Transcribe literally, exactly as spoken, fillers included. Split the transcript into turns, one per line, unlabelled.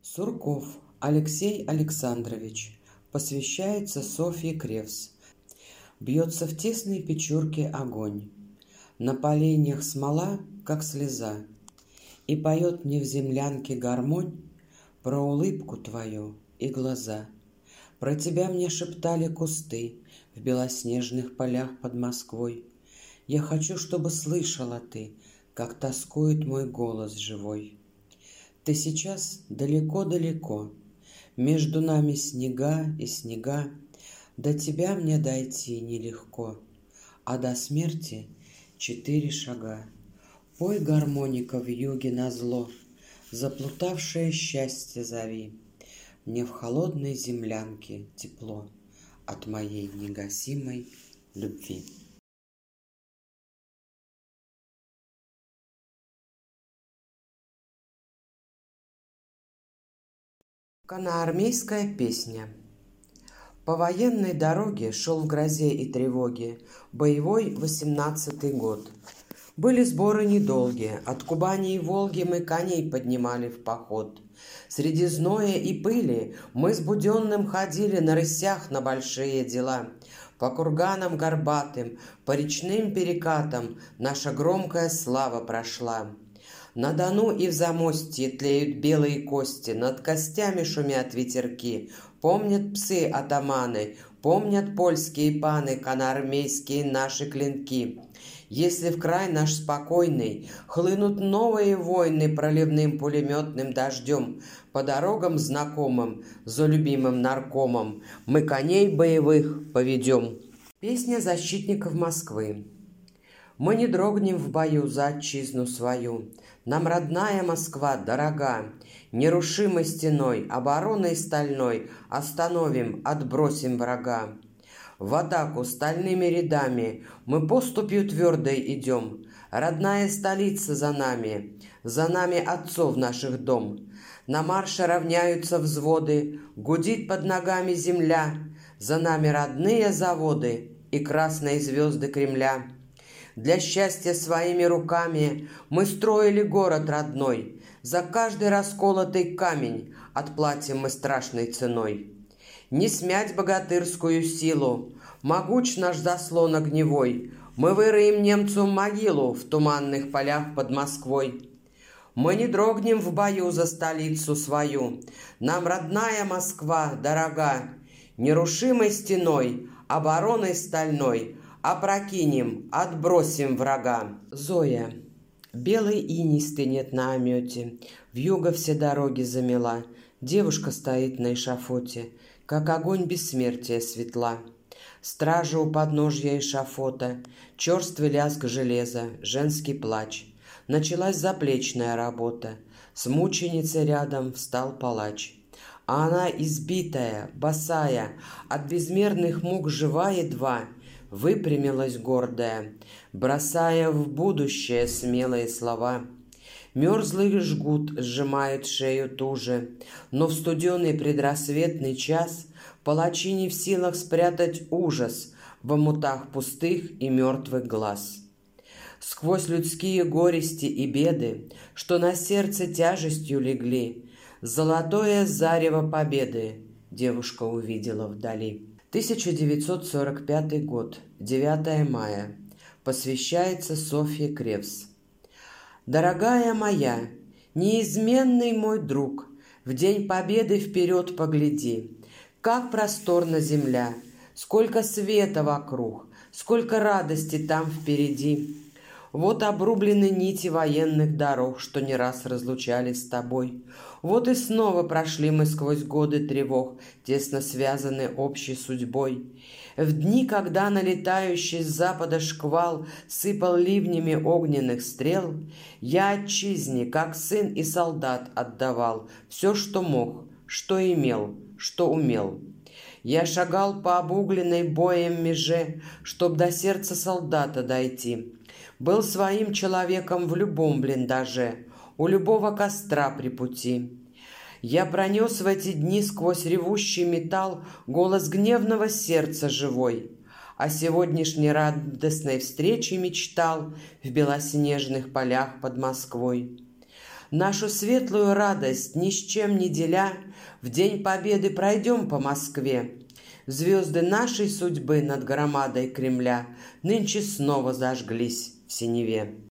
Сурков Алексей Александрович посвящается Софье Кревс. Бьется в тесной печурке огонь, на поленьях смола, как слеза, и поет мне в землянке гармонь про улыбку твою и глаза. Про тебя мне шептали кусты в белоснежных полях под Москвой. Я хочу, чтобы слышала ты, как тоскует мой голос живой. Ты сейчас далеко-далеко, между нами снега и снега, до тебя мне дойти нелегко, а до смерти четыре шага. Пой, гармоника, вьюге назло, заплутавшее счастье зови. Мне в холодной землянке тепло от моей негасимой любви. Конноармейская песня. По военной дороге шел в грозе и тревоге боевой восемнадцатый год. Были сборы недолгие, от Кубани и Волги мы коней поднимали в поход. Среди зноя и пыли мы с Буденным ходили на рысях на большие дела. По курганам горбатым, по речным перекатам наша громкая слава прошла. На Дону и в Замостье тлеют белые кости, над костями шумят ветерки. Помнят псы-атаманы, помнят польские паны, конноармейские наши клинки. Если в край наш спокойный хлынут новые войны проливным пулеметным дождем, по дорогам знакомым, за любимым наркомом, мы коней боевых поведем. Песня защитников Москвы. Мы не дрогнем в бою за отчизну свою. Нам родная Москва дорога. Нерушимой стеной, обороной стальной остановим, отбросим врага. В атаку стальными рядами мы поступью твердой идем. Родная столица за нами, за нами отцов наших дом. На марше равняются взводы, гудит под ногами земля. За нами родные заводы и красные звезды Кремля. Для счастья своими руками мы строили город родной. За каждый расколотый камень отплатим мы страшной ценой. Не смять богатырскую силу, могуч наш заслон огневой. Мы выроем немцу могилу в туманных полях под Москвой. Мы не дрогнем в бою за столицу свою. Нам родная Москва дорога. Нерушимой стеной, обороной стальной опрокинем, отбросим врага. Зоя. Белый иней стынет на омете, вьюга все дороги замела. Девушка стоит на эшафоте, как огонь бессмертия светла. Стража у подножья эшафота, черствый лязг железа, женский плач. Началась заплечная работа, с мученицей рядом встал палач. А она избитая, босая, от безмерных мук жива едва, выпрямилась гордая, бросая в будущее смелые слова. Мерзлый жгут сжимает шею туже, но в студеный предрассветный час палачи не в силах спрятать ужас в омутах пустых и мертвых глаз. Сквозь людские горести и беды, что на сердце тяжестью легли, золотое зарево победы девушка увидела вдали. тысяча девятьсот сорок пятый год, девятое мая. Посвящается Софье Кревс. Дорогая моя, неизменный мой друг, в день победы вперед погляди. Как просторна земля, сколько света вокруг, сколько радости там впереди. Вот обрублены нити военных дорог, что не раз разлучались с тобой. Вот и снова прошли мы сквозь годы тревог, тесно связаны общей судьбой. В дни, когда налетающий с запада шквал сыпал ливнями огненных стрел, я отчизне, как сын и солдат, отдавал все, что мог, что имел, что умел. Я шагал по обугленной боем меже, чтоб до сердца солдата дойти. Был своим человеком в любом блиндаже, у любого костра при пути. Я пронес в эти дни сквозь ревущий металл голос гневного сердца живой. О сегодняшней радостной встрече мечтал в белоснежных полях под Москвой. Нашу светлую радость ни с чем не деля, в день победы пройдем по Москве. Звезды нашей судьбы над громадой Кремля нынче снова зажглись в синеве.